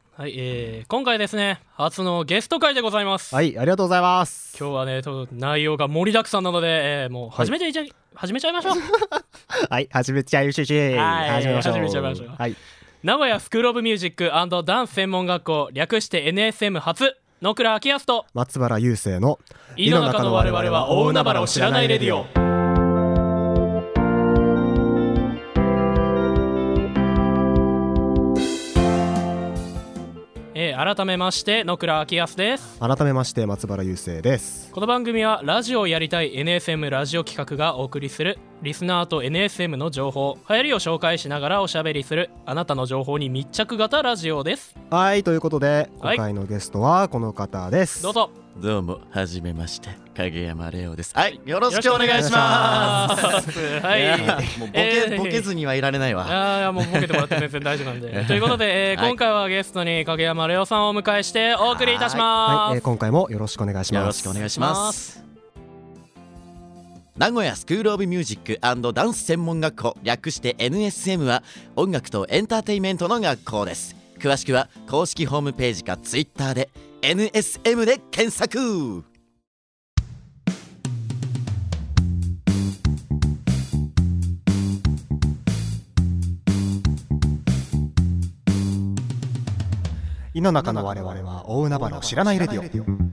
はい、今回ですね初のゲスト会でございます。 はい、ありがとうございます。 今日はね内容が盛りだくさんなので、もう始めちゃいましょうはい、始めちゃいましょう。 始めちゃいましょう。 はい、 名古屋スクールオブミュージック&ダンス専門学校、略して NSM 初、野倉昭康と松原雄生の井の中の我々は大海原を知らないレディオ。改めまして野倉昭康です。 改めまして松原雄生です。 この番組はラジオをやりたい NSM ラジオ企画がお送りするリスナーと NSM の情報、流行りを紹介しながらおしゃべりするあなたの情報に密着型ラジオです。 はい、ということで今回のゲストはこの方です。 どうぞ。 どうもはじめまして影山レオです。はい、よろしくお願いします。 はい、 もうボケずにはいられないわ。 いやもうボケてもらって全然大丈夫なんでということで、今回はゲストに影山レオさんをお迎えしてお送りいたします。 はい、今回もよろしくお願いします。 よろしくお願いします。名古屋スクールオブミュージック&ダンス専門学校、略して NSM は音楽とエンターテインメントの学校です。詳しくは公式ホームページか Twitter で NSM で検索。 井の中の我々は大海原を知らないレディオ。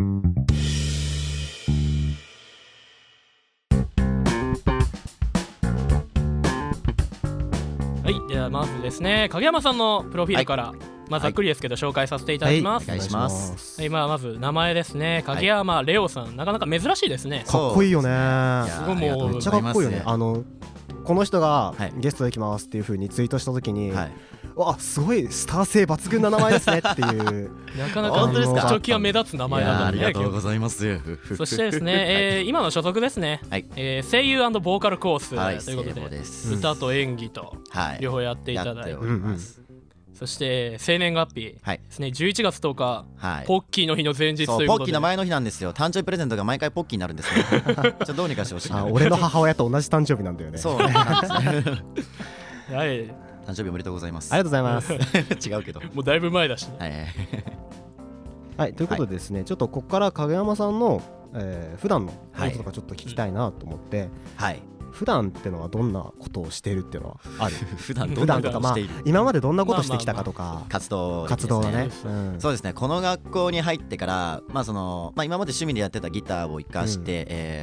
はい、ではまずですね影山さんのプロフィールから、まあ、ざっくりですけど紹介させていただきます。 お願いします。 まず名前ですね、影山レオさん、なかなか珍しいですね。 かっこいいよね。 すごい、もうめっちゃかっこいいよね。この人がゲストで来ますっていう風にツイートした時に、わ、すごいスター性抜群な名前ですねっていうなかなかひときわ目立つ名前だったありがとうございます。 そしてですね、今の所属ですね、声優&ボーカルコースということで、歌と演技と両方やっていただいて、そして生年月日ですね、11月10日、ポッキーの日の前日ということで。 ポッキーの前の日なんですよ。誕生日プレゼントが毎回ポッキーになるんですね。どうにかしてほしい。 俺の母親と同じ誕生日なんだよね。 そうなんですね。 はい、 誕生日おめでとうございます。 ありがとうございます。 違うけどもうだいぶ前だし、 はい、ということでですね、ちょっとここから影山さんの、普段のこととかちょっと聞きたいなと思って、普段ってのはどんなことをしているっていうのはある？ 普段どんなことをしている、 今までどんなことしてきたかとか、 活動だね。 そうですね、この学校に入ってから、今まで趣味でやってたギターを生かして、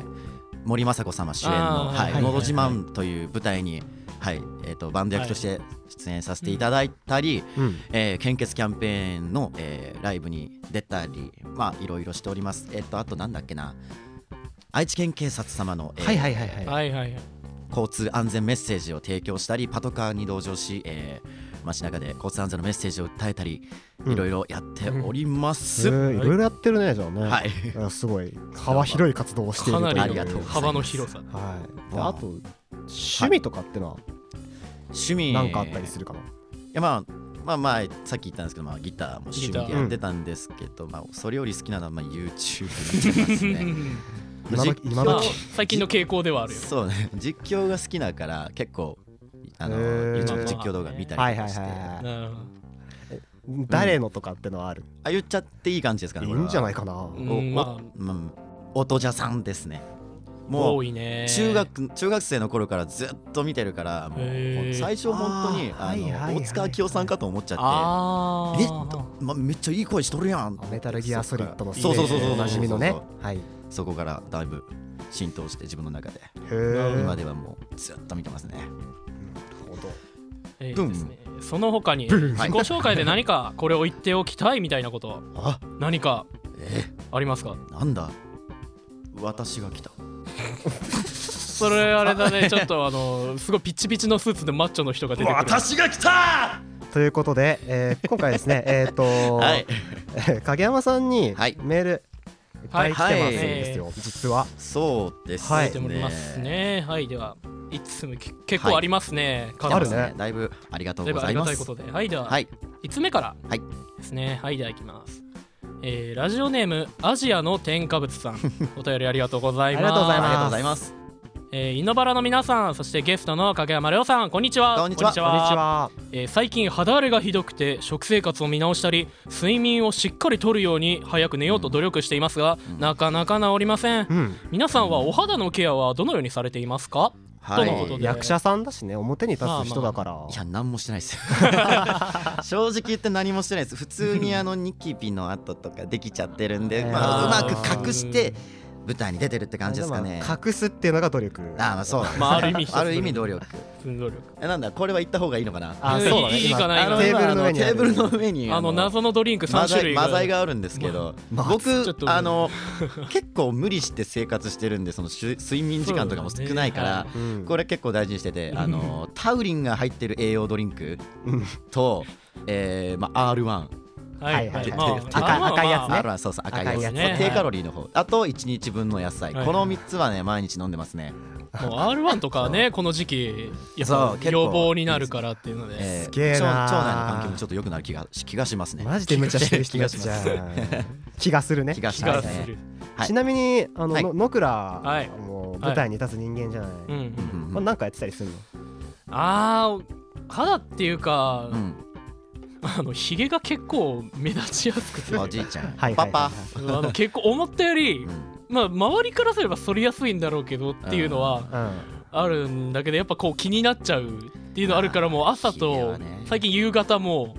森昌子様主演の「のど自慢」という舞台にバンド役として出演させていただいたり、献血キャンペーンのライブに出たり、いろいろしております。あとなんだっけな、愛知県警察様の交通安全メッセージを提供したり、パトカーに同乗し、街中で交通安全のメッセージを訴えたり、いろいろやっております。 いろいろやってるね、じゃあね。すごい幅広い活動をしているという。 かなり幅の広さ。 あと趣味とかってのは何かあったりするかな？ いや、さっき言ったんですけど、ギターも趣味でやってたんですけど、それより好きなのはYouTube になってますね。 最近の傾向ではあるよ。 そうね、実況が好きだから結構YouTube 実況動画見たりとかして。 誰のとかってのはある？ 言っちゃっていい感じですかね。 いいんじゃないかな。 音じゃさんですね。もう中学生の頃からずっと見てるから、もう最初本当に大塚明夫さんかと思っちゃって、めっちゃいい声しとるやん。 メタルギアソリッドのおなじみのね。 そこからだいぶ浸透して自分の中で、今ではもうずっと見てますね。 その他に自己紹介で何かこれを言っておきたいみたいなこと何かありますか？ なんだ、私が来た。 それあれだね、ちょっとすごいピチピチのスーツでマッチョの人が出てくる。 私が来たということで、今回ですね影山さんにメールいっぱい来てますんですよ、実は。 そうですね。ておりますね。はい、ではいつも結構ありますね。 あるね。 だいぶありがとうございます。 ありがたいことで、はい、では5つ目からですね。はい、ではいきます。ラジオネームアジアの添加物さん、お便りありがとうございます。 ありがとうございます。 イノバラの皆さん、そしてゲストの影山レオさん、こんにちは。 こんにちは。 最近肌荒れがひどくて食生活を見直したり睡眠をしっかりとるように早く寝ようと努力していますが、なかなか治りません。皆さんはお肌のケアはどのようにされていますか？とのことで。 役者さんだしね、表に立つ人だから。 いや、何もしてないですよ正直言って何もしてないです。普通にニキビの跡とかできちゃってるんで、うまく隠して舞台に出てるって感じですかね。 隠すっていうのが努力。 そう、 ある意味努力。なんだ、これは言った方がいいのかな。 そうだね、いいかな。 テーブルの上に謎のドリンク3種類マザイがあるんですけど、僕結構無理して生活してるんで、その睡眠時間とかも少ないから、これ結構大事にしてて、タウリンが入ってる栄養ドリンクとR1、 赤いやつね。 そうそう、赤いやつね。低カロリーの方、あと1日分の野菜、この3つはね毎日飲んでますね。 もう R1 とかね、この時期予防になるからっていうので、 すげえな。 腸内の環境もちょっと良くなる気がしますね。 マジで無茶してる人たちじゃん。気がするね。ちなみに野倉も舞台に立つ人間じゃない。なんかやってたりするの？ 肌っていうか、ヒゲが結構目立ちやすくて、 おじいちゃん、パパ結構思ったより、周りからすれば反りやすいんだろうけどっていうのはあるんだけど、やっぱこう気になっちゃうっていうのあるから、もう朝と最近夕方も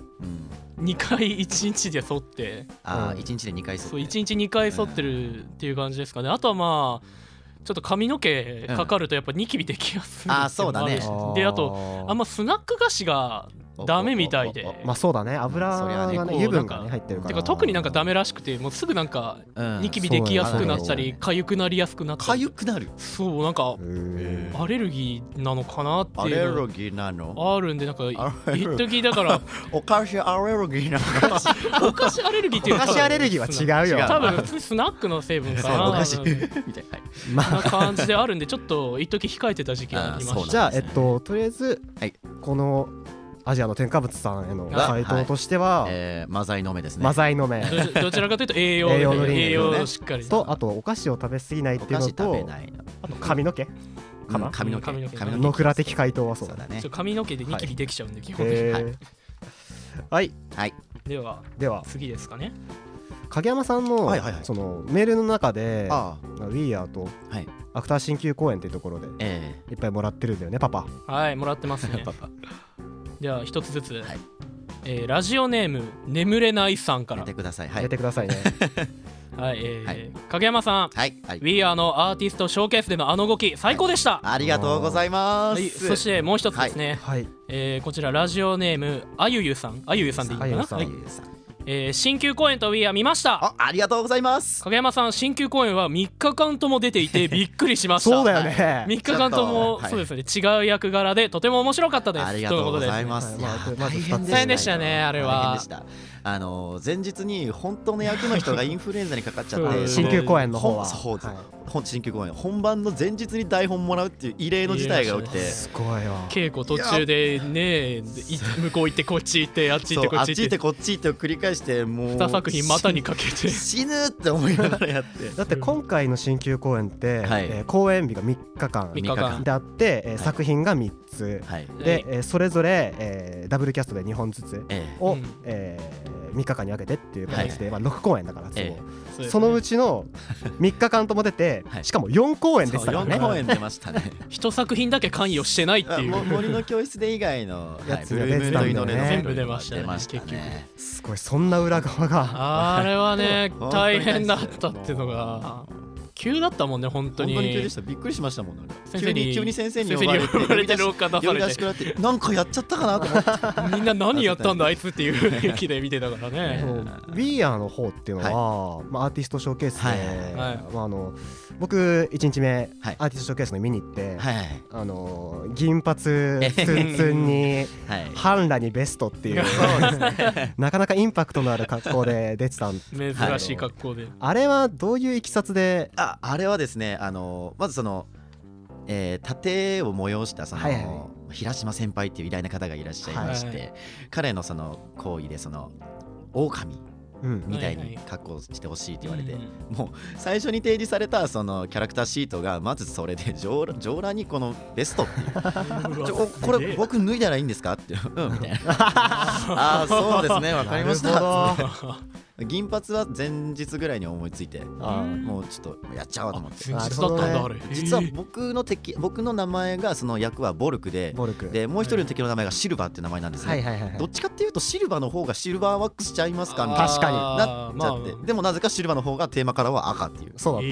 2回1日で剃って、 1日で2回剃って、 そう1日2回剃ってるっていう感じですかね。あとはちょっと髪の毛かかるとやっぱニキビできやすい。 そうだね。 で、あとスナック菓子がダメみたいで、 そうだね、油がね、油分がね入ってるから。 特になんかダメらしくて、もうすぐなんかニキビできやすくなったり、痒くなりやすくなったり。 痒くなる。 そう、なんかアレルギーなのかなっていう。 アレルギーなの？ あるんで、なんか一時だからお菓子アレルギーなの？お菓子アレルギーっていうか、 お菓子アレルギーは違うよ。 多分普通にスナックの成分かな。お菓子みたいな感じであるんで、ちょっと一時控えてた時期がありました。 じゃあとりあえずこのアジアの添加物さんへの回答としては、 マザイの目ですね。 マザイの目。 どちらかというと栄養をしっかりと、あとお菓子を食べ過ぎないっていうのと、あと髪の毛かな。 髪の毛。 野倉的回答はそうだね。 髪の毛でニキビできちゃうんで基本的に。 はい。 では次ですかね。 影山さんのそのメールの中で、We Are とアフター新旧公演っていうところでいっぱいもらってるんだよね、パパ。 はい、もらってますね。パパ。では一つずつ、ラジオネーム眠れないさんからやってください。 やってくださいね。 はい、影山さん、We Are のアーティストショーケースでの動き最高でした。 ありがとうございます。 そしてもう一つですね、こちらラジオネームあゆゆさんでいいかな。新旧公演と We Are 見ました。 ありがとうございます。 影山さん、新旧公演は3日間とも出ていてびっくりしました。 そうだよね。 3日間ともそうですね、違う役柄でとても面白かったです。 ありがとうございます。 大変でしたね、あれは。 前日に本当の役の人がインフルエンザにかかっちゃって新旧公演の方は新旧公演本番の前日に台本もらうっていう異例の事態が起きて、 すごいわ。 稽古途中でね、向こう行ってこっち行ってあっち行ってこっち行ってこっち行ってを繰り返して、もう 2作品股にかけて死ぬって思いながらやってだって今回の新旧公演って公演日が3日間であって、作品が3つで、それぞれダブルキャストで2本ずつを3日間に分けてっていう形で6公演だからそのうちの3日間とも出て、しかも4公演でしたからね。 4公演出ましたね。 1作品だけ関与してないっていう森の教室で以外のやつが出てたんだよね。 全部出ましたね、結局。 すごい、そんな裏側があれはね大変だったっていうのが急だったもんね、本当に。 本当に急でした。びっくりしましたもん。急に先生に呼ばれて廊下出されて、 なんかやっちゃったかなと思って、 みんな何やったんだあいつっていう雰囲気で見てたからね。 We Are の方っていうのはアーティストショーケースで、僕1日目アーティストショーケースに見に行って、銀髪ツンツンに半裸にベストっていうなかなかインパクトのある格好で出てたん珍しい格好で。 あれはどういういきさつで？ あれはですね、まずその盾を催したその平島先輩っていう偉大な方がいらっしゃいまして、彼のその行為でその狼みたいに格好してほしいって言われて、もう最初に提示されたそのキャラクターシートがまずそれで上裸にこのベストっていうこれ僕脱いだらいいんですかってみたいなああそうですねわかりました銀髪は前日ぐらいに思いついてもうちょっとやっちゃおうと思って。 前日だったんだあれ。 実は僕の名前がその役はボルクでもう一人の敵の名前がシルバーっていう名前なんですね。どっちかっていうとシルバーの方がシルバーワックスしちゃいますかみたいな確かになっちゃって、でもなぜかシルバーの方がテーマカラーは赤っていう。 そうだった。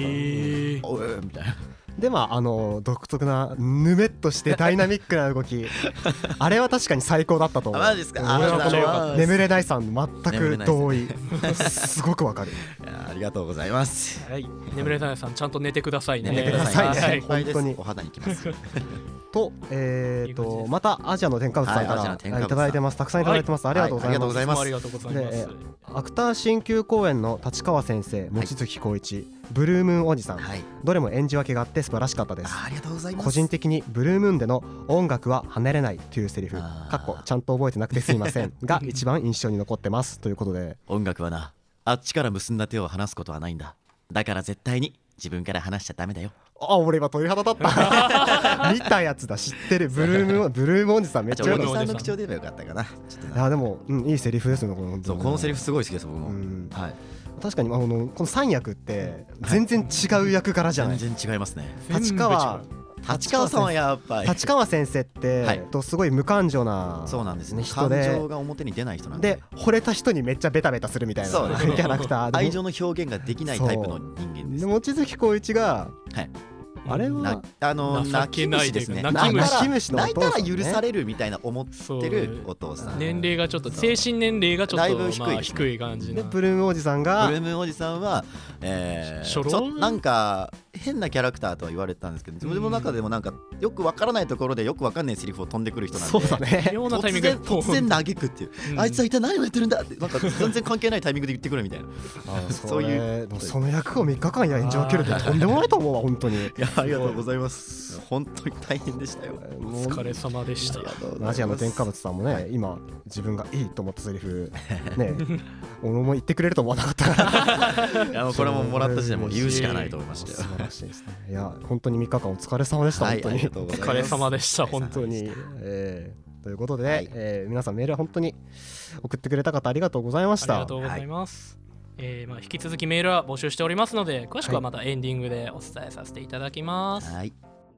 おみたいな。 で独特なぬめっとしてダイナミックな動きあれは確かに最高だったと思う。 マジですか。 俺はこの眠れないさん全く同意すごくわかる。 ありがとうございます。 はい、眠れないさんちゃんと寝てくださいね。 寝てくださいね。 本当にお肌にきますとまたアジアの添加物さんからいただいてます。たくさんいただいてます。ありがとうございます。 ありがとうございます。 アクター鍼灸公園の立川先生、望月光一、ブルームーンおじさん、どれも演じ分けがあって素晴らしかったです。 ありがとうございます。 個人的にブルームーンでの音楽は離れないというセリフちゃんと覚えてなくてすいませんが一番印象に残ってますということで、 音楽はな、あっちから結んだ手を離すことはないんだ。だから絶対に自分から離しちゃダメだよ。 俺今鳥肌だった見たやつだ、知ってる。ブルームおじさんめっちゃおじさんの口調で言えばよかったかな。 いやでもいいセリフですね。このセリフすごい好きです僕も。 確かにこの3役って全然違う役柄じゃない。 全然違いますね。 立川さんはやっぱり立川先生ってすごい無感情なそうなんですね。 人で、 感情が表に出ない人なんで、 惚れた人にめっちゃベタベタするみたいなキャラクターで、 愛情の表現ができないタイプの人間です。 望月光一があれは泣き虫ですね。 泣き虫の泣いたら許されるみたいな思ってるお父さん。 年齢がちょっと精神年齢がちょっとだいぶ低い感じで、 ブルームおじさんはなんか変なキャラクターとは言われたんですけど、自分の中でもなんかよくわからないところでよくわかんないセリフを飛んでくる人なんで、 そうだね、 突然嘆くっていう、あいつは一体何をやってるんだってなんか全然関係ないタイミングで言ってくるみたいなそういうその役を3日間演じ分けるってとんでもないと思うわ本当に。 いやありがとうございます。本当に大変でしたよ。 お疲れ様でした。 アジアの添加物さんもね、今自分がいいと思ったセリフね俺も言ってくれると思わなかったからいやもうこれももらった時点でもう言うしかないと思いましたよ。 素晴らしいですね。いや本当に3日間お疲れ様でした。本当にお疲れ様でした本当に。 ということで皆さんメール本当に送ってくれた方ありがとうございました。 ありがとうございます。引き続きメールは募集しておりますので、詳しくはまたエンディングでお伝えさせていただきます。はい、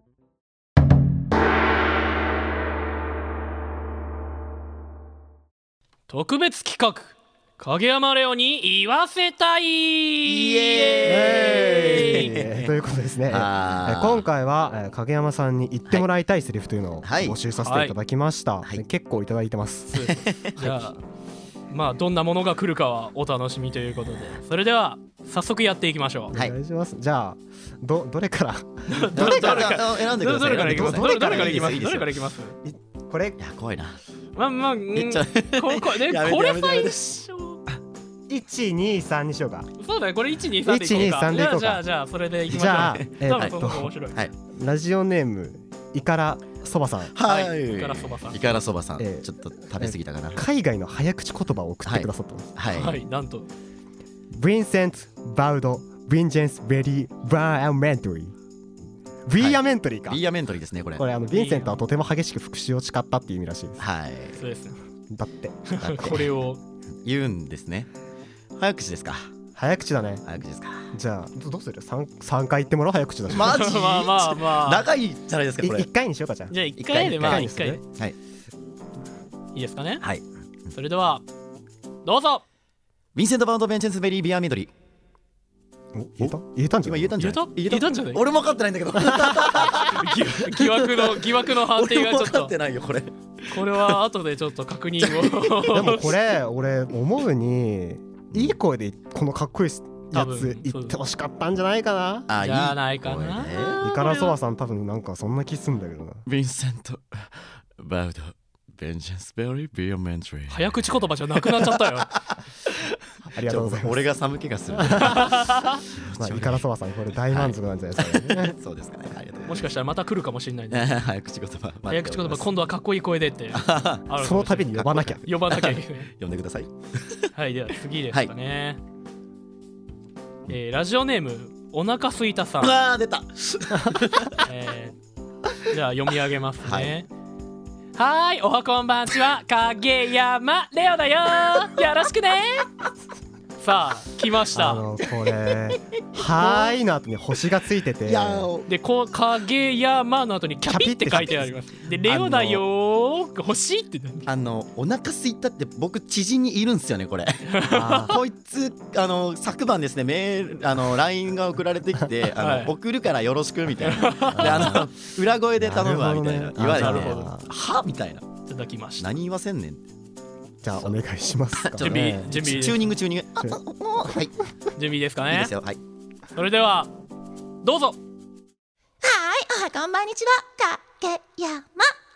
特別企画、影山レオに言わせたい。イエーイということですね。今回は影山さんに言ってもらいたいセリフというのを募集させていただきました。結構いただいてます。 じゃあまあどんなものが来るかはお楽しみということで、それでは早速やっていきましょう。 お願いします。じゃあどれからどれから選んでください。 どれからいきます。どれからいきます。どれからいきます。 これいや怖いな。 まあこれ最初 123にしようか。 そうだね、これ123でいこうか。じゃあそれでいきましょう。じゃあ多分面白い。 ラジオネームイカラそばさん。 はい、イカラそばさん。ちょっと食べ過ぎたかな。 海外の早口言葉を送ってくださってます。 はい、なんとヴィンセント・バウド・ヴィンジェンス・ベリー・バーアメントリー。ビーアメントリーか。 ビーアメントリーですねこれ。 ヴィンセントはとても激しく復讐を誓ったっていう意味らしいです。 はい。 そうですね。 だってこれを言うんですね。早口ですか。 早口だね。 早口ですか。 じゃあどうする？3回言ってもらおう。早口だし。 マジ？ まあ長いじゃないですかこれ。 1回にしようか。じゃあ 1回で1回。はい。いいですかね。 はい。 それではどうぞ。 ヴィンセント・バウド・ベンチェンス・ベリー・ビアメントリー。 言えたんじゃない？ 言えたんじゃない？俺も分かってないんだけど。 疑惑の判定がちょっと。 分かってないよこれ。 これは後でちょっと確認を。 でもこれ俺思うにいい声でこのかっこいいやつ言ってほしかったんじゃないかな。 じゃないかな。 イカラソワさん多分なんかそんな気すんだけどな。 ヴィンセント・バウド・ベンジェンス・ベリー・ビアメントリー。 早口言葉じゃなくなっちゃったよ。 ありがとうございます。 俺が寒気がする。 まあイカラそばさんこれ大満足なんじゃないですかね。 そうですかね。 もしかしたらまた来るかもしれないね。 早口言葉。 早口言葉今度はかっこいい声でって。 その度に呼ばなきゃ。 呼ばなきゃいけない。 呼んでください。 はい、では次ですかね。ラジオネームお腹すいたさん。 ああ出た。 じゃあ読み上げますね。はい、おはこんばんちは、影山レオだよ。よろしくね。さあ来ました。 これはーいの後に星がついてて、 で影山の後にキャピって書いてあります。でレオだよ星ってお腹すいたって僕知人にいるんですよねこれ。こいつ昨晩ですねLINE が送られてきて送るからよろしくみたいな。で裏声で頼むわみたいな言われて、はみたいな。 いただきました。 何言わせんねん。 じゃあお願いします。 準備チューニング。はい。 準備ですかね。 いいですよ。はい。 それではどうぞ。 はい、おはこんばんにちは、影山レオだよ。よ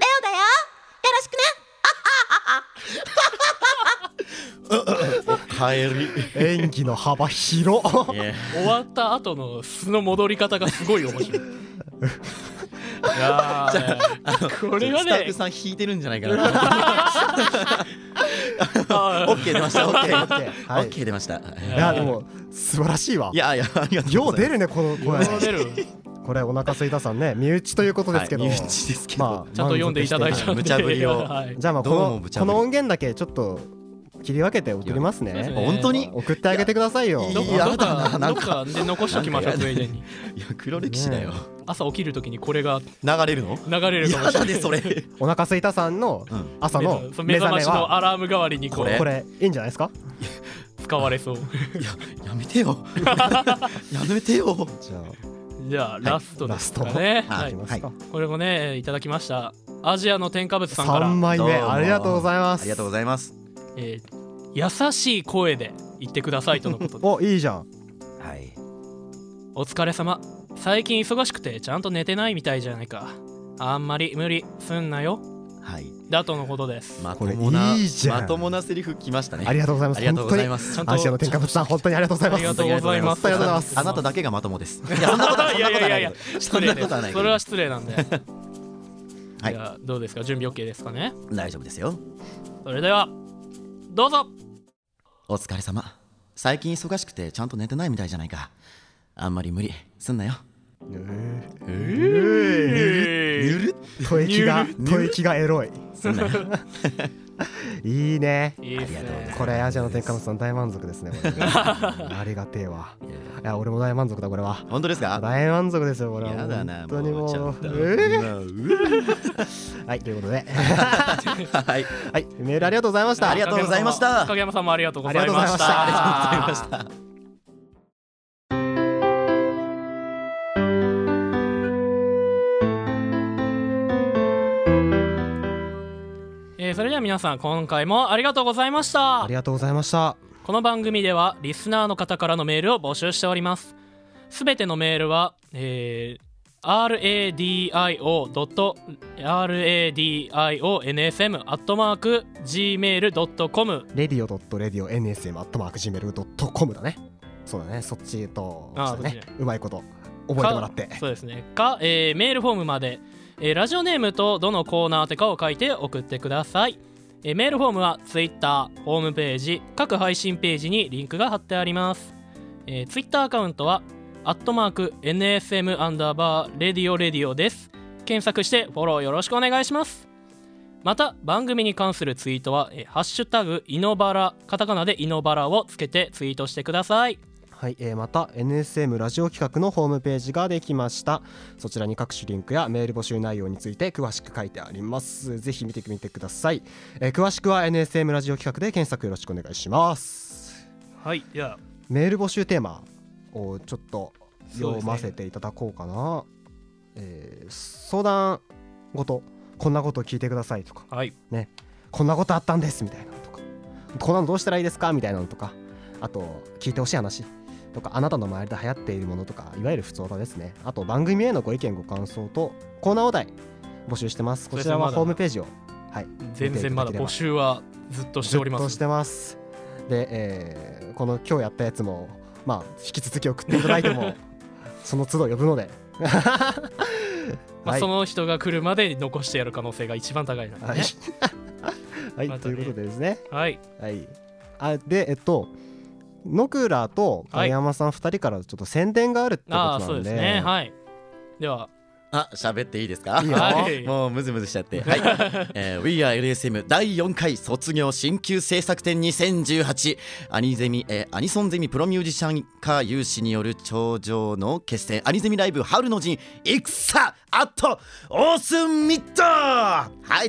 ろしくね。 おかえり。 演技の幅広。 終わった後の素の戻り方がすごい面白い。いやこれはね、 スタッフさん引いてるんじゃないかな。オッケー出ました。オッケー出ました。 いやでも素晴らしいわ。 いやありがとうございます。 よう出るねこの声。 出る。 これお腹すいたさんね、身内ということですけど、 身内ですけど、 まあちゃんと読んでいただいたんで、 無茶ぶりを。 じゃあまあこの音源だけちょっと切り分けて送りますね。 本当に送ってあげてくださいよ。 どっかで残しときましょう。上に。 いや黒歴史だよ。 朝起きるときにこれが流れるの？ 流れるかもしれない。 それ。 お腹すいたさんの朝の目覚ましのアラーム代わりにこれいいんじゃないですか？ 使われそう。 やめてよ。やめてよ。 じゃあラストですかね。これもねいただきました。アジアの添加物さんから 3枚目ありがとうございます。 ありがとうございます。 優しい声で言ってくださいとのことで。 お、いいじゃん。 はい。 お疲れ様。最近忙しくてちゃんと寝てないみたいじゃないか。あんまり無理すんなよ。 はい。 だとのことです。 まともなセリフきましたね。 ありがとうございます。 ありがとうございます。 アジアの添加物さん本当にありがとうございます。 ありがとうございます。 ありがとうございます。 あなただけがまともです。いやそんなことない。 失礼です。それは失礼なんで。 はい。 じゃあどうですか、準備 OK ですかね。 大丈夫ですよ。 それではどうぞ。 お疲れ様。最近忙しくてちゃんと寝てないみたいじゃないか。あんまり無理すんなよ。 吐息がエロい。いいね。これアジアの添加物さん大満足ですね。ありがてえわ。いや俺も大満足だこれは。 本当ですか？ 大満足ですよこれは。 やだな。 本当にもう。はいということで。はいメールありがとうございました。 ありがとうございました。 影山さんもありがとうございました。 ありがとうございました。 それでは皆さん今回もありがとうございました。 ありがとうございました。 この番組ではリスナーの方からのメールを募集しております。すべてのメールは、radio.nsm@gmail.com radio.radio.nsm@gmail.com だね。そうだね、そっちとね、うまいこと覚えてもらって。 そうですね。メールフォームまでラジオネームとどのコーナーてかを書いて送ってください。メールフォームは Twitter、ホームページ、各配信ページにリンクが貼ってあります。Twitter アカウントは@NSM_Radio です。検索してフォローよろしくお願いします。また番組に関するツイートはハッシュタグイノバラ、カタカナでイノバラをつけてツイートしてください。 はい、また NSM ラジオ企画のホームページができました。そちらに各種リンクやメール募集内容について詳しく書いてあります。ぜひ見てみてください。詳しくは NSM ラジオ企画で検索よろしくお願いします。 はい、じゃあメール募集テーマをちょっと読ませていただこうかな。相談事、こんなことを聞いてくださいとか、 はいね、こんなことあったんですみたいなのとか、こんなのどうしたらいいですかみたいなのとか、あと聞いてほしい話とか、あなたの周りで流行っているものとか、いわゆる普通歌ですね。あと番組へのご意見ご感想とコーナーお題募集してます。こちらはホームページを、はい、 全然まだ募集はずっとしております。 ずっとしてます。 で、この今日やったやつもまあ引き続き送っていただいてもその都度呼ぶのでまあその人が来るまでに残してやる可能性が一番高いのでね。 はい、ということでですね。 はい。 で野倉と影山さん2人からちょっと宣伝があるってことなんで。 そうですね。はい。では。 喋っていいですか？ いいよ。 もうムズムズしちゃって。はい。We Are LSM 第4回卒業新旧制作展2018アニソンゼミプロミュージシャン科有志による頂上の決戦アニゼミライブ春の陣戦アットオースミッド。はい、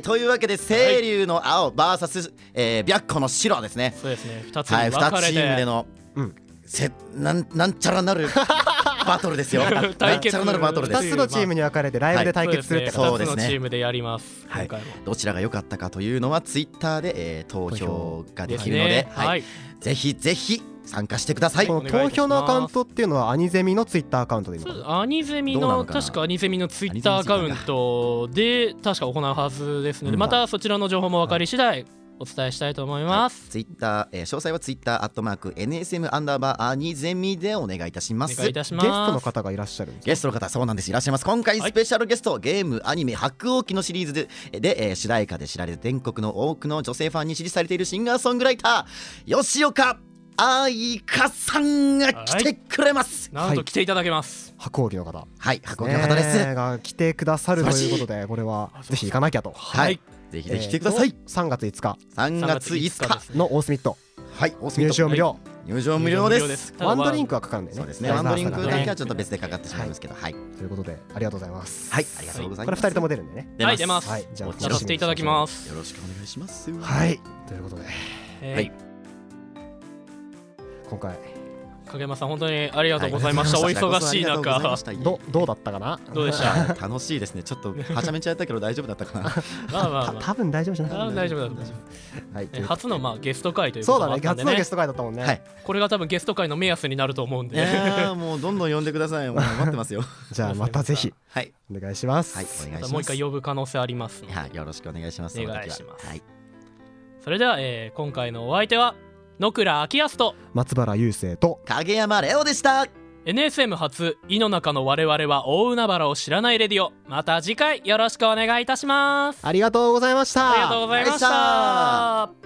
というわけで清流の青 VS 白虎の白ですね。 そうですね。2つに分かれて、 2チームでのなんちゃらなるバトルですよ。 対決。 2つのチームに分かれてライブで対決するってことですね。2つのチームでやります。 はい。どちらが良かったかというのはツイッターで投票ができるので、ぜひぜひ参加してください。 この投票のアカウントっていうのはアニゼミのツイッターアカウントでいいのかな？ アニゼミの確かアニゼミのツイッターアカウントで確か行うはずですので、またそちらの情報も分かり次第お伝えしたいと思います。 ツイッター、詳細はツイッター@NSM_ アニゼミでお願いいたします。 お願いいたします。 ゲストの方がいらっしゃるんですか？ ゲストの方、そうなんです、いらっしゃいます。今回スペシャルゲスト、ゲームアニメ白鸚記のシリーズで、主題歌で知られる全国の多くの女性ファンに支持されているシンガーソングライター吉岡愛香さんが来てくれます。 なんと来ていただけます。 白鸚記の方。 はい、白鸚記の方です。 が来てくださるということで、これはぜひ行かなきゃと。 はい。ぜひぜひ来てください。 3月5日 3月5日のオースミット。 はい、 入場無料。 入場無料です。 ワンドリンクはかかるんでね。 そうですね。ワンドリンクだけはちょっと別でかかってしまうんですけど、はい。 ということでありがとうございます。 はい、ありがとうございます。 これ2人とも出るんでね。 はい、出ます。 じゃあお茶していただきます。 よろしくお願いします。 はい、ということで、はい。今回影山さん本当にありがとうございました。お忙しい中どうだったかな？ どうでした？ 楽しいですね。ちょっとはちゃめちゃやったけど大丈夫だったかな？ 多分大丈夫じゃない？ 大丈夫だと思います。初のゲスト会ということもあったんでね。そうだね、初のゲスト会だったもんね。 これが多分ゲスト会の目安になると思うんで、 もうどんどん呼んでください。待ってますよ。 じゃあまたぜひお願いします。 はい、お願いします。 もう一回呼ぶ可能性あります。 はい、よろしくお願いします。 お願いします。はい。それでは今回のお相手は野倉昭康と松原雄生と影山レオでした。 NSM 初井の中の我々は大海原を知らないレディオ、また次回よろしくお願いいたします。 ありがとうございました。 ありがとうございました。